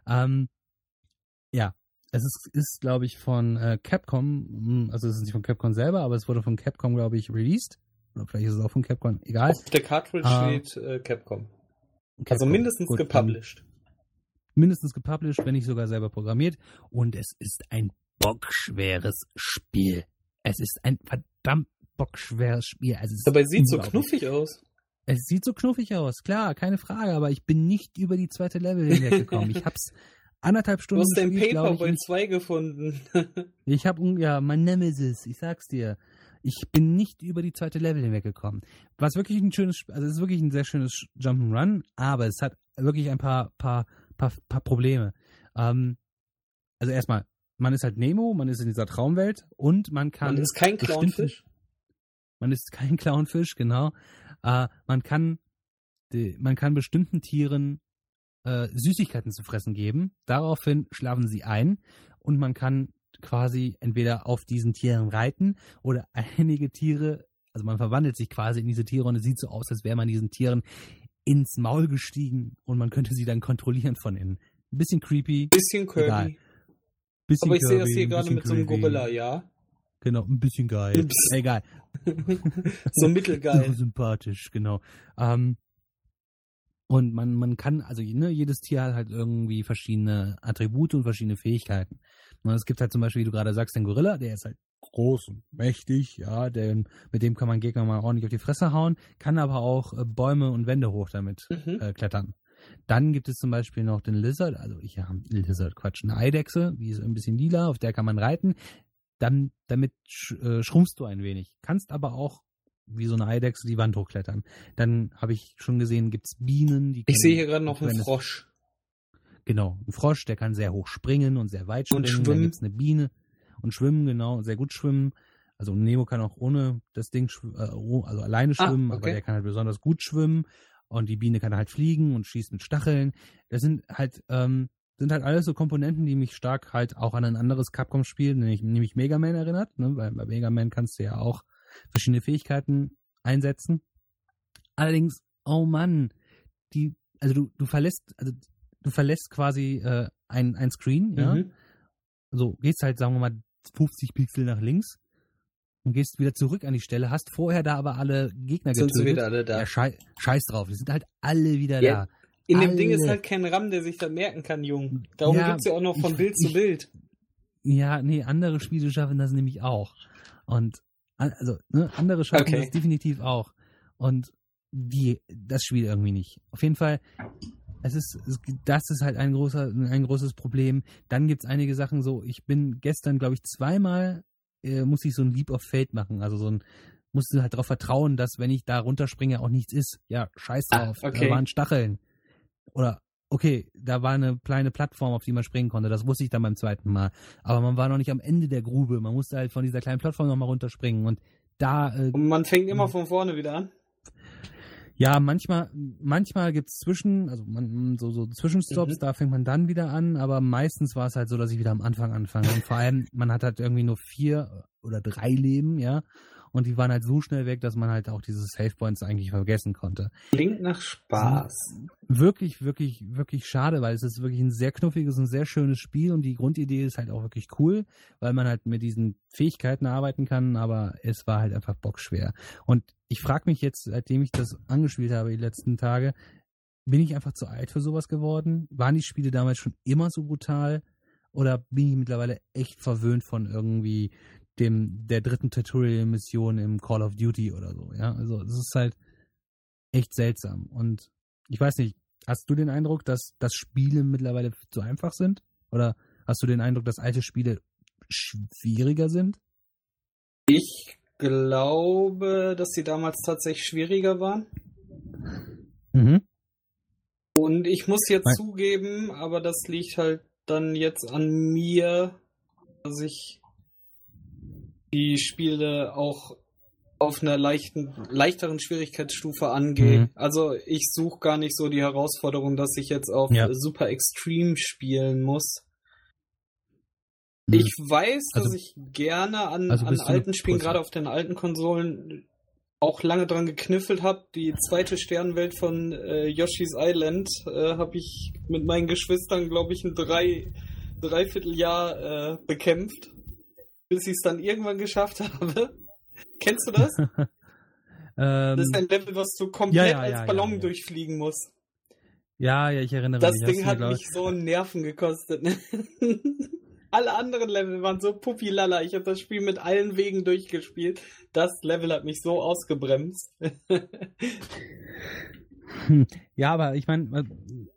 Ja, es ist glaube ich, von Capcom, also es ist nicht von Capcom selber, aber es wurde von Capcom, glaube ich, released. Oder vielleicht ist es auch von Capcom, egal. Auf der Cartridge steht Capcom. Also mindestens gepublished. Mindestens gepublished, wenn nicht sogar selber programmiert. Und es ist ein bockschweres Spiel. Es ist ein verdammt bockschweres Spiel. Dabei sieht es so knuffig aus. Es sieht so knuffig aus, klar, keine Frage. Aber ich bin nicht über die zweite Level hinweggekommen. Ich hab's 1,5 Stunden gespielt. Du hast dein Paperboy 2 gefunden. Ich habe, mein Nemesis, ich sag's dir. Ich bin nicht über die zweite Level hinweggekommen. Was wirklich es ist wirklich ein sehr schönes Jump'n'Run, aber es hat wirklich ein paar Probleme. Also erstmal, man ist halt Nemo, man ist in dieser Traumwelt und man kann... Man ist kein Clownfisch. Man ist kein Clownfisch, genau. Man kann bestimmten Tieren Süßigkeiten zu fressen geben. Daraufhin schlafen sie ein und man kann quasi entweder auf diesen Tieren reiten oder einige Tiere, also man verwandelt sich quasi in diese Tiere und es sieht so aus, als wäre man diesen Tieren ins Maul gestiegen und man könnte sie dann kontrollieren von innen. Ein bisschen creepy. Bisschen Kirby. Aber ich sehe das hier gerade mit so einem Gorilla, ja? Genau, ein bisschen geil. Egal. So mittelgeil. So sympathisch, genau. Und man kann, also jedes Tier hat halt irgendwie verschiedene Attribute und verschiedene Fähigkeiten. Und es gibt halt zum Beispiel, wie du gerade sagst, den Gorilla, der ist halt groß und mächtig, ja, mit dem kann man Gegner mal ordentlich auf die Fresse hauen, kann aber auch Bäume und Wände hoch damit klettern. Dann gibt es zum Beispiel noch den Lizard, eine Eidechse, die ist ein bisschen lila, auf der kann man reiten. Dann damit schrumpfst du ein wenig. Kannst aber auch wie so eine Eidechse die Wand hochklettern. Dann habe ich schon gesehen, gibt es Bienen. Ich sehe hier gerade noch einen Frosch. Genau, ein Frosch, der kann sehr hoch springen und sehr weit springen. Und schwimmen. Dann gibt es eine Biene und schwimmen, genau, sehr gut schwimmen. Also Nemo kann auch ohne das Ding, also alleine schwimmen, aber der kann halt besonders gut schwimmen. Und die Biene kann halt fliegen und schießt mit Stacheln. Das sind halt alles so Komponenten, die mich stark halt auch an ein anderes Capcom-Spiel, nämlich Mega Man erinnert. Ne? Weil bei Mega Man kannst du ja auch verschiedene Fähigkeiten einsetzen. Allerdings, oh Mann, du verlässt quasi ein Screen, ja. Also gehst halt, sagen wir mal, 50 Pixel nach links und gehst wieder zurück an die Stelle, hast vorher da aber alle Gegner getötet. Sind sie wieder alle da? Ja, scheiß drauf, die sind halt alle wieder da. In dem Ding ist halt kein RAM, der sich da merken kann, Jung. Darum gibt's ja auch noch von Bild zu Bild. Ja, nee, andere Spiele schaffen das nämlich auch. Und andere schaffen das definitiv auch. Und das Spiel irgendwie nicht. Auf jeden Fall, das ist halt ein großes Problem. Dann gibt's einige Sachen so, ich bin gestern, glaube ich, zweimal musste ich so ein Leap of Fate machen. Also musste halt darauf vertrauen, dass wenn ich da runterspringe, auch nichts ist. Ja, scheiß drauf. Da waren Stacheln. Oder, okay, da war eine kleine Plattform, auf die man springen konnte. Das wusste ich dann beim zweiten Mal. Aber man war noch nicht am Ende der Grube. Man musste halt von dieser kleinen Plattform nochmal runterspringen. Und und man fängt immer von vorne wieder an? Ja, manchmal gibt es so Zwischenstops, da fängt man dann wieder an, aber meistens war es halt so, dass ich wieder am Anfang anfange. Und vor allem, man hat halt irgendwie nur 4 oder 3 Leben, ja. Und die waren halt so schnell weg, dass man halt auch diese Savepoints eigentlich vergessen konnte. Klingt nach Spaß. Wirklich, wirklich, wirklich schade, weil es ist wirklich ein sehr knuffiges und sehr schönes Spiel und die Grundidee ist halt auch wirklich cool, weil man halt mit diesen Fähigkeiten arbeiten kann, aber es war halt einfach bockschwer. Und ich frage mich jetzt, seitdem ich das angespielt habe die letzten Tage, bin ich einfach zu alt für sowas geworden? Waren die Spiele damals schon immer so brutal? Oder bin ich mittlerweile echt verwöhnt von irgendwie der dritten Tutorial-Mission im Call of Duty oder so, ja? Also es ist halt echt seltsam. Und ich weiß nicht, hast du den Eindruck, dass Spiele mittlerweile zu einfach sind? Oder hast du den Eindruck, dass alte Spiele schwieriger sind? Ich glaube, dass sie damals tatsächlich schwieriger waren. Und ich muss jetzt zugeben, aber das liegt halt dann jetzt an mir, dass ich die Spiele auch auf einer leichteren Schwierigkeitsstufe angehe. Also ich suche gar nicht so die Herausforderung, dass ich jetzt auf Super Extreme spielen muss. Ich weiß, dass ich gerne an alten Spielen, gerade auf den alten Konsolen, auch lange dran gekniffelt habe. Die zweite Sternenwelt von Yoshi's Island habe ich mit meinen Geschwistern, glaube ich, ein Dreivierteljahr bekämpft, bis ich es dann irgendwann geschafft habe. Kennst du das? Das ist ein Level, was du komplett als Ballon durchfliegen musst. Ja, ich erinnere mich. Das Ding hat mich so Nerven gekostet. Ne? Alle anderen Level waren so puppilala. Ich habe das Spiel mit allen Wegen durchgespielt. Das Level hat mich so ausgebremst. Ja, aber ich meine,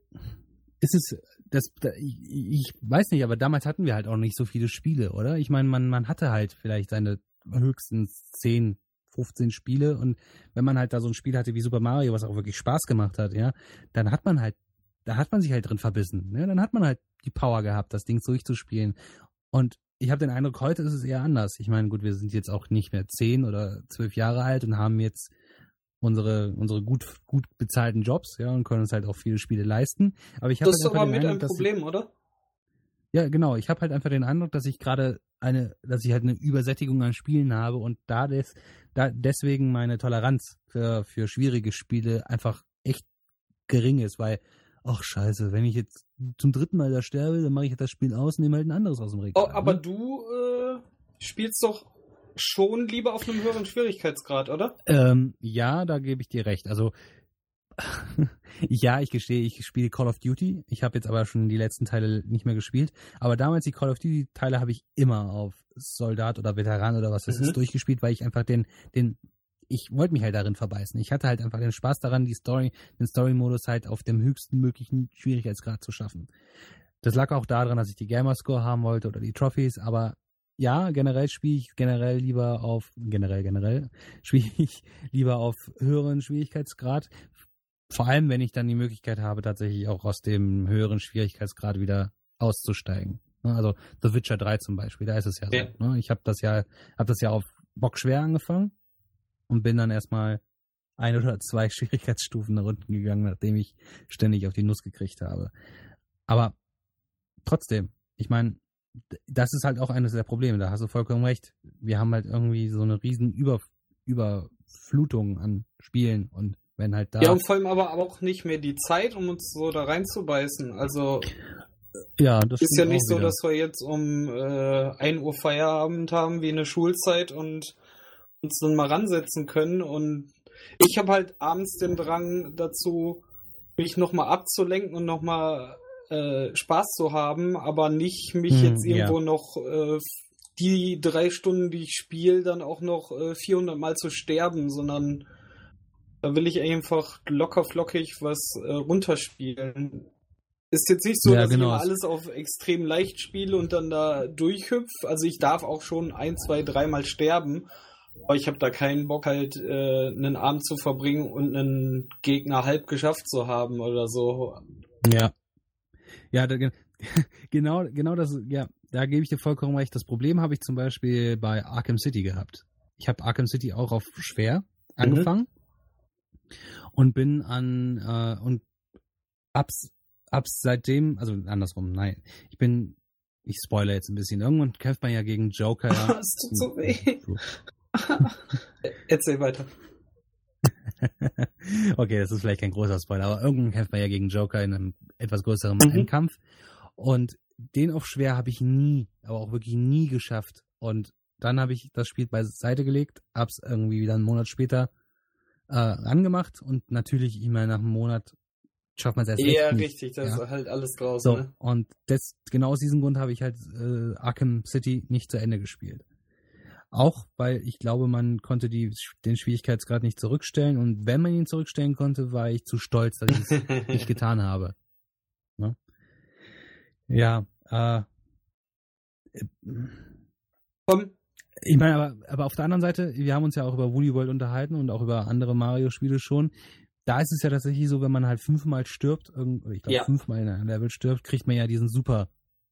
ich weiß nicht, aber damals hatten wir halt auch nicht so viele Spiele, oder? Ich meine, man hatte halt vielleicht seine höchstens 10, 15 Spiele und wenn man halt da so ein Spiel hatte wie Super Mario, was auch wirklich Spaß gemacht hat, ja, dann hat man sich halt drin verbissen, ne? Dann hat man halt die Power gehabt, das Ding durchzuspielen. Und ich habe den Eindruck, heute ist es eher anders. Ich meine, gut, wir sind jetzt auch nicht mehr 10 oder 12 Jahre alt und haben jetzt unsere gut bezahlten Jobs, ja, und können uns halt auch viele Spiele leisten. Aber ich habe das ist aber mit ein Problem, oder? Ja, genau. Ich habe halt einfach den Eindruck, dass ich halt eine Übersättigung an Spielen habe und deswegen meine Toleranz für schwierige Spiele einfach echt gering ist, weil, ach scheiße, wenn ich jetzt zum 3. Mal da sterbe, dann mache ich das Spiel aus und nehme halt ein anderes aus dem Regal. Oh, aber du spielst doch schon lieber auf einem höheren Schwierigkeitsgrad, oder? Ja, da gebe ich dir recht. Also Ja, ich gestehe, ich spiele Call of Duty. Ich habe jetzt aber schon die letzten Teile nicht mehr gespielt. Aber damals die Call of Duty Teile habe ich immer auf Soldat oder Veteran oder was das ist durchgespielt, weil ich einfach ich wollte mich halt darin verbeißen. Ich hatte halt einfach den Spaß daran, den Story-Modus halt auf dem höchsten möglichen Schwierigkeitsgrad zu schaffen. Das lag auch daran, dass ich die Gamerscore haben wollte oder die Trophies, aber ja, generell spiele ich lieber auf höheren Schwierigkeitsgrad. Vor allem, wenn ich dann die Möglichkeit habe, tatsächlich auch aus dem höheren Schwierigkeitsgrad wieder auszusteigen. Also The Witcher 3 zum Beispiel, da ist es ja so. Ich habe das ja auf bockschwer angefangen und bin dann erstmal 1 oder 2 Schwierigkeitsstufen nach unten gegangen, nachdem ich ständig auf die Nuss gekriegt habe. Aber trotzdem, ich meine, das ist halt auch eines der Probleme, da hast du vollkommen recht. Wir haben halt irgendwie so eine riesen Überflutung an Spielen und wenn halt da... Ja, und vor allem aber auch nicht mehr die Zeit, um uns so da reinzubeißen. Also ja, das ist ja nicht so, dass wir jetzt um 1 Uhr Feierabend haben wie eine Schulzeit und uns dann mal ransetzen können. Und ich habe halt abends den Drang dazu, mich nochmal abzulenken und nochmal Spaß zu haben, aber nicht mich jetzt irgendwo noch die 3 Stunden, die ich spiele, dann auch noch 400 Mal zu sterben, sondern da will ich einfach locker flockig was runterspielen. Ist jetzt nicht so, dass ich immer alles auf extrem leicht spiele und dann da durchhüpfe. Also ich darf auch schon 1, 2, 3 Mal sterben, aber ich habe da keinen Bock halt einen Abend zu verbringen und einen Gegner halb geschafft zu haben oder so. Ja. Ja, genau das, ja, da gebe ich dir vollkommen recht. Das Problem habe ich zum Beispiel bei Arkham City gehabt. Ich habe Arkham City auch auf schwer angefangen und bin und abs seitdem, also andersrum, nein, ich spoilere jetzt ein bisschen. Irgendwann kämpft man ja gegen Joker. Es tut so weh. Erzähl weiter. Okay, das ist vielleicht kein großer Spoiler, aber irgendwann kämpft man ja gegen Joker in einem etwas größeren Endkampf. Und den auf schwer habe ich aber auch wirklich nie geschafft. Und dann habe ich das Spiel beiseite gelegt, hab's irgendwie wieder einen Monat später angemacht und natürlich immer nach einem Monat schafft man es erst ja, nicht. Richtig, das ist halt alles draußen. So, ne? Und genau aus diesem Grund habe ich halt Arkham City nicht zu Ende gespielt. Auch, weil ich glaube, man konnte den Schwierigkeitsgrad nicht zurückstellen und wenn man ihn zurückstellen konnte, war ich zu stolz, dass ich es nicht getan habe. Ne? Ja, ich meine, aber auf der anderen Seite, wir haben uns ja auch über Woolly World unterhalten und auch über andere Mario-Spiele schon. Da ist es ja tatsächlich so, wenn man halt 5-mal stirbt, ich glaube 5-mal in einem Level stirbt, kriegt man ja diesen super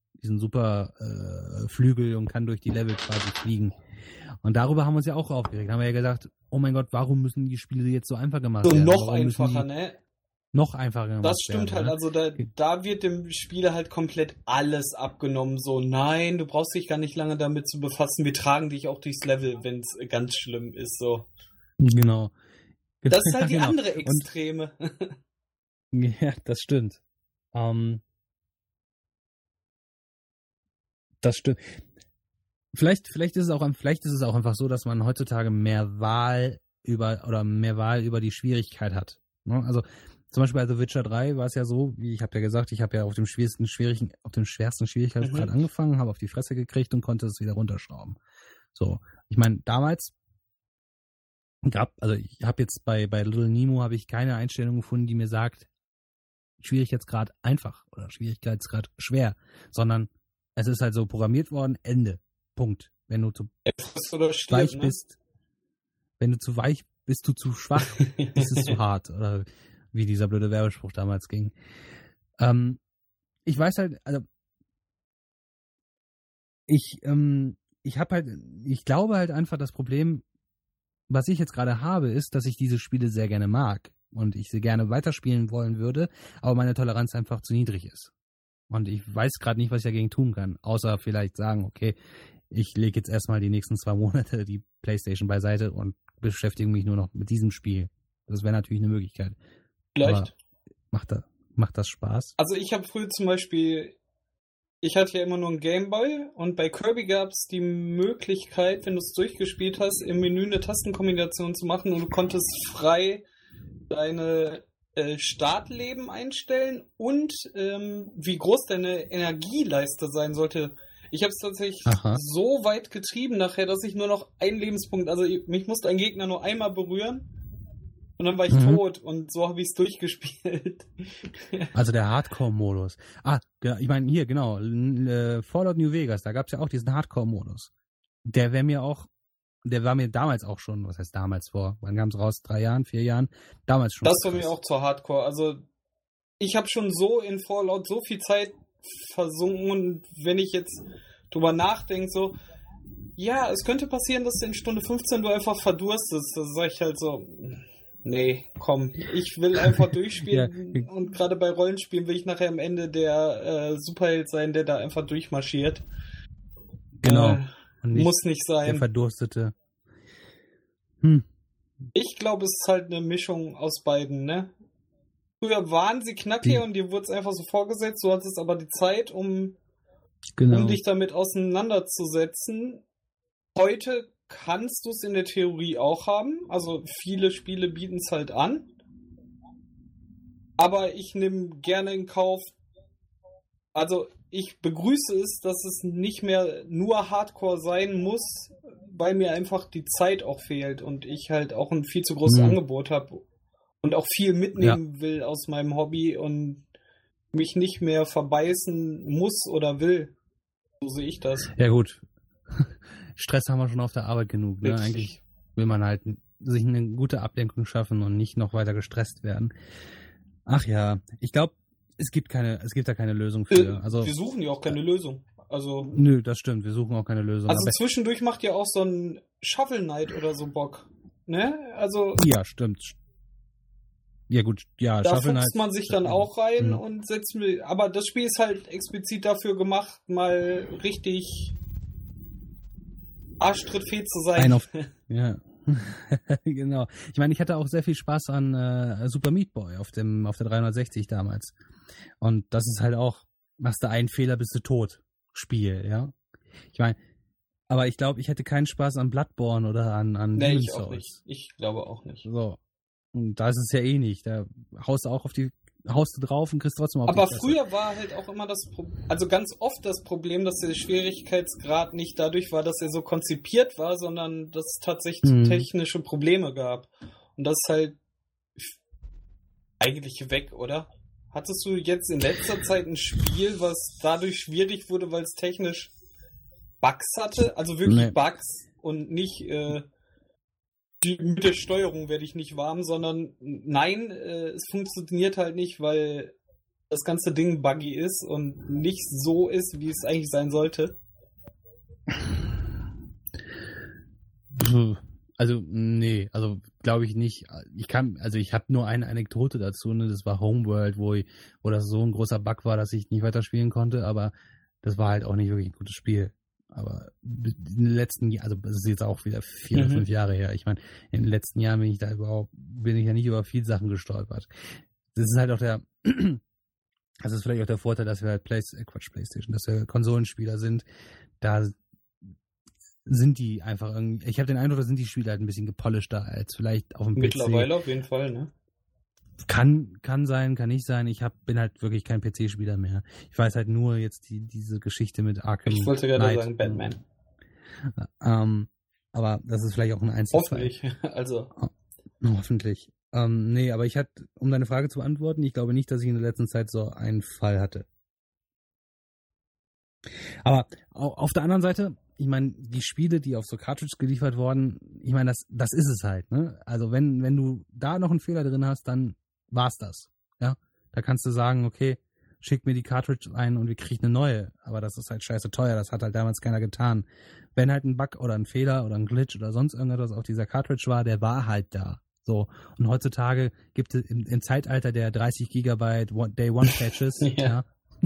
Flügel und kann durch die Level quasi fliegen. Und darüber haben wir uns ja auch aufgeregt. Haben wir ja gesagt, oh mein Gott, warum müssen die Spiele jetzt so einfach gemacht werden? Noch einfacher, ne? Noch einfacher gemacht Das stimmt werden, halt, ne? also da wird dem Spieler halt komplett alles abgenommen. So, nein, du brauchst dich gar nicht lange damit zu befassen. Wir tragen dich auch durchs Level, wenn es ganz schlimm ist. So. Genau. Das ist halt die andere Extreme. Ja, das stimmt. Das stimmt. Vielleicht ist es auch einfach so, dass man heutzutage mehr Wahl über die Schwierigkeit hat. Ne? Also zum Beispiel bei The Witcher 3 war es ja so, wie ich habe ja gesagt, ich habe ja auf dem schwersten Schwierigkeitsgrad angefangen, habe auf die Fresse gekriegt und konnte es wieder runterschrauben. So, ich meine, damals ich habe jetzt bei Little Nemo habe ich keine Einstellung gefunden, die mir sagt, Schwierigkeitsgrad einfach oder Schwierigkeitsgrad schwer, sondern es ist halt so programmiert worden, Ende. Punkt. Wenn du zu weich bist, wenn du zu weich bist, du zu schwach, ist es zu hart. Oder wie dieser blöde Werbespruch damals ging. Ich weiß halt, also ich glaube halt einfach, das Problem, was ich jetzt gerade habe, ist, dass ich diese Spiele sehr gerne mag und ich sie gerne weiterspielen wollen würde, aber meine Toleranz einfach zu niedrig ist. Und ich weiß gerade nicht, was ich dagegen tun kann, außer vielleicht sagen, okay, ich lege jetzt erstmal die nächsten 2 Monate die PlayStation beiseite und beschäftige mich nur noch mit diesem Spiel. Das wäre natürlich eine Möglichkeit. Vielleicht. Aber macht das Spaß? Also ich habe früher zum Beispiel, ich hatte ja immer nur einen Gameboy und bei Kirby gab es die Möglichkeit, wenn du es durchgespielt hast, im Menü eine Tastenkombination zu machen und du konntest frei deine Startleben einstellen und wie groß deine Energieleiste sein sollte. Ich habe es tatsächlich so weit getrieben nachher, dass ich nur noch einen Lebenspunkt, also mich musste ein Gegner nur einmal berühren und dann war ich tot und so habe ich es durchgespielt. Also der Hardcore-Modus. Ich meine hier, genau, Fallout New Vegas, da gab es ja auch diesen Hardcore-Modus. Der war mir damals auch schon, was heißt damals wann kam es raus? 3 Jahren, 4 Jahren? Damals schon. Das war mir auch zu Hardcore. Also ich habe schon so in Fallout so viel Zeit versunken und wenn ich jetzt drüber nachdenke, so, ja, es könnte passieren, dass in Stunde 15 du einfach verdurstest. Da sage ich halt so, nee, komm, ich will einfach durchspielen und gerade bei Rollenspielen will ich nachher am Ende der Superheld sein, der da einfach durchmarschiert. Genau. Muss nicht sein. Der Verdurstete. Ich glaube, es ist halt eine Mischung aus beiden, ne? Früher waren sie knackig und dir wurde es einfach so vorgesetzt, du hattest aber die Zeit, um dich damit auseinanderzusetzen. Heute kannst du es in der Theorie auch haben, also viele Spiele bieten es halt an, aber ich nehme gerne in Kauf, also ich begrüße es, dass es nicht mehr nur Hardcore sein muss, weil mir einfach die Zeit auch fehlt und ich halt auch ein viel zu großes Angebot habe und auch viel mitnehmen will aus meinem Hobby und mich nicht mehr verbeißen muss oder will. So sehe ich das. Ja gut. Stress haben wir schon auf der Arbeit genug. Ne? Eigentlich will man halt sich eine gute Ablenkung schaffen und nicht noch weiter gestresst werden. Ach ja, ich glaube, es gibt da keine Lösung für. Also, wir suchen ja auch keine Lösung. Also, nö, das stimmt, wir suchen auch keine Lösung. Also zwischendurch macht ja auch so ein Shovel Knight oder so Bock. Ne? Also. Ja, stimmt. Ja gut, ja, da fuchst man sich dann auch rein und setzt mir. Aber das Spiel ist halt explizit dafür gemacht, mal richtig arschtrittfähig zu sein. Ja. Genau. Ich meine, ich hatte auch sehr viel Spaß an Super Meat Boy auf der 360 damals. Und das ist halt auch, machst du einen Fehler, bist du tot. Spiel, ja. Ich meine, aber ich glaube, ich hätte keinen Spaß an Bloodborne oder an nee, ich auch nicht. Ich glaube auch nicht. So. Und da ist es ja eh nicht. Da haust du drauf und kriegst trotzdem auf Aber früher war halt auch immer also ganz oft das Problem, dass der Schwierigkeitsgrad nicht dadurch war, dass er so konzipiert war, sondern dass es tatsächlich technische Probleme gab. Und das ist halt eigentlich weg, oder? Hattest du jetzt in letzter Zeit ein Spiel, was dadurch schwierig wurde, weil es technisch Bugs hatte? Also wirklich Bugs und nicht mit der Steuerung werde ich nicht warm, sondern nein, es funktioniert halt nicht, weil das ganze Ding buggy ist und nicht so ist, wie es eigentlich sein sollte. Also, nee, also glaube ich nicht. Ich habe nur eine Anekdote dazu, ne? Das war Homeworld, wo das so ein großer Bug war, dass ich nicht weiterspielen konnte, aber das war halt auch nicht wirklich ein gutes Spiel. Aber in den letzten Jahren, also das ist jetzt auch wieder 4 oder 5 Jahre her. Ich meine, in den letzten Jahren bin ich ja nicht über viele Sachen gestolpert. Das ist halt auch das ist vielleicht auch der Vorteil, dass wir halt PlayStation, dass wir Konsolenspieler sind. Da sind die einfach irgendwie, ich habe den Eindruck, da sind die Spiele halt ein bisschen gepolischter als vielleicht auf dem PC. Mittlerweile auf jeden Fall, ne? Kann sein, kann nicht sein. Bin halt wirklich kein PC-Spieler mehr. Ich weiß halt nur jetzt diese Geschichte mit Arkham. Ich wollte gerade sagen Batman. Aber das ist vielleicht auch ein Einzelfall. Hoffentlich, also. Hoffentlich. Nee, aber um deine Frage zu beantworten, ich glaube nicht, dass ich in der letzten Zeit so einen Fall hatte. Aber auf der anderen Seite, ich meine, die Spiele, die auf so Cartridge geliefert wurden, ich meine, das ist es halt, ne? Also wenn du da noch einen Fehler drin hast, dann war's das. Ja? Da kannst du sagen, okay, schick mir die Cartridge ein und wir kriegen eine neue. Aber das ist halt scheiße teuer, das hat halt damals keiner getan. Wenn halt ein Bug oder ein Fehler oder ein Glitch oder sonst irgendetwas auf dieser Cartridge war, der war halt da. So. Und heutzutage gibt es im Zeitalter der 30 Gigabyte Day-One-Patches, ja.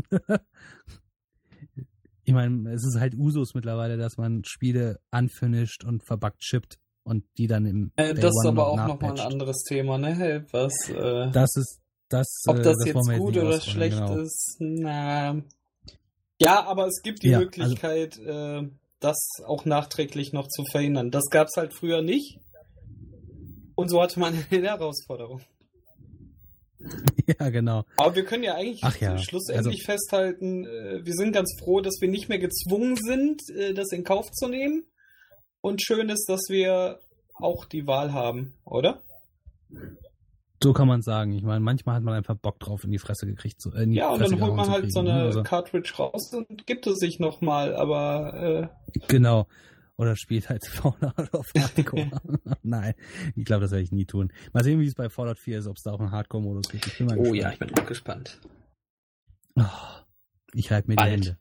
Ich meine, es ist halt Usus mittlerweile, dass man Spiele unfinished und verbuggt shippt und die dann im das ist aber auch nochmal ein anderes Thema, ne? Was, ob das jetzt gut oder schlecht ist, na. Ja, aber es gibt die Möglichkeit, das auch nachträglich noch zu verhindern. Das gab es halt früher nicht. Und so hatte man eine Herausforderung. Ja, genau. Aber wir können ja eigentlich schlussendlich also, festhalten, wir sind ganz froh, dass wir nicht mehr gezwungen sind, das in Kauf zu nehmen. Und schön ist, dass wir auch die Wahl haben, oder? So kann man sagen. Ich meine, manchmal hat man einfach Bock drauf in die Fresse gekriegt. Und dann holt man halt so eine Cartridge raus und gibt es sich nochmal, aber... Genau. Oder spielt halt Fallout auf Hardcore. Nein, ich glaube, das werde ich nie tun. Mal sehen, wie es bei Fallout 4 ist, ob es da auch einen Hardcore-Modus gibt. Ich bin mal gespannt. Ja, ich bin auch gespannt. Ich reibe mir die Hände.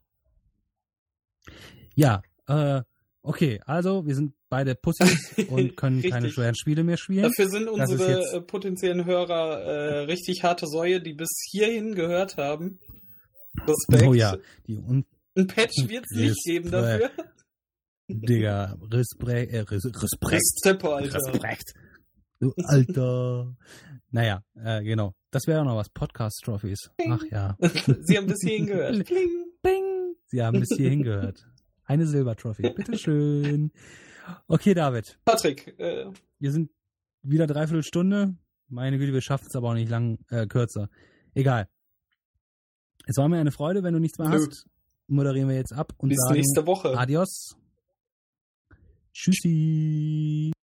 Ja, okay, also wir sind beide Pussys und können keine schweren Spiele mehr spielen. Dafür sind unsere potenziellen Hörer richtig harte Säue, die bis hierhin gehört haben. Respekt. Oh ja. Ein Patch wird es nicht geben dafür. Digga, Respekt. Respekt. Du Alter. Naja, genau. Das wäre auch noch was. Podcast-Trophies. Ach ja. Sie haben bis hierhin gehört. Bling, bing. Sie haben bis hierhin gehört. Eine Silber-Trophy. Bitteschön. Okay, David. Patrick. Wir sind wieder 3/4 Stunde. Meine Güte, wir schaffen es aber auch nicht lang kürzer. Egal. Es war mir eine Freude, wenn du nichts mehr hast. Moderieren wir jetzt ab und bis sagen nächste Woche. Adios. Tschüssi.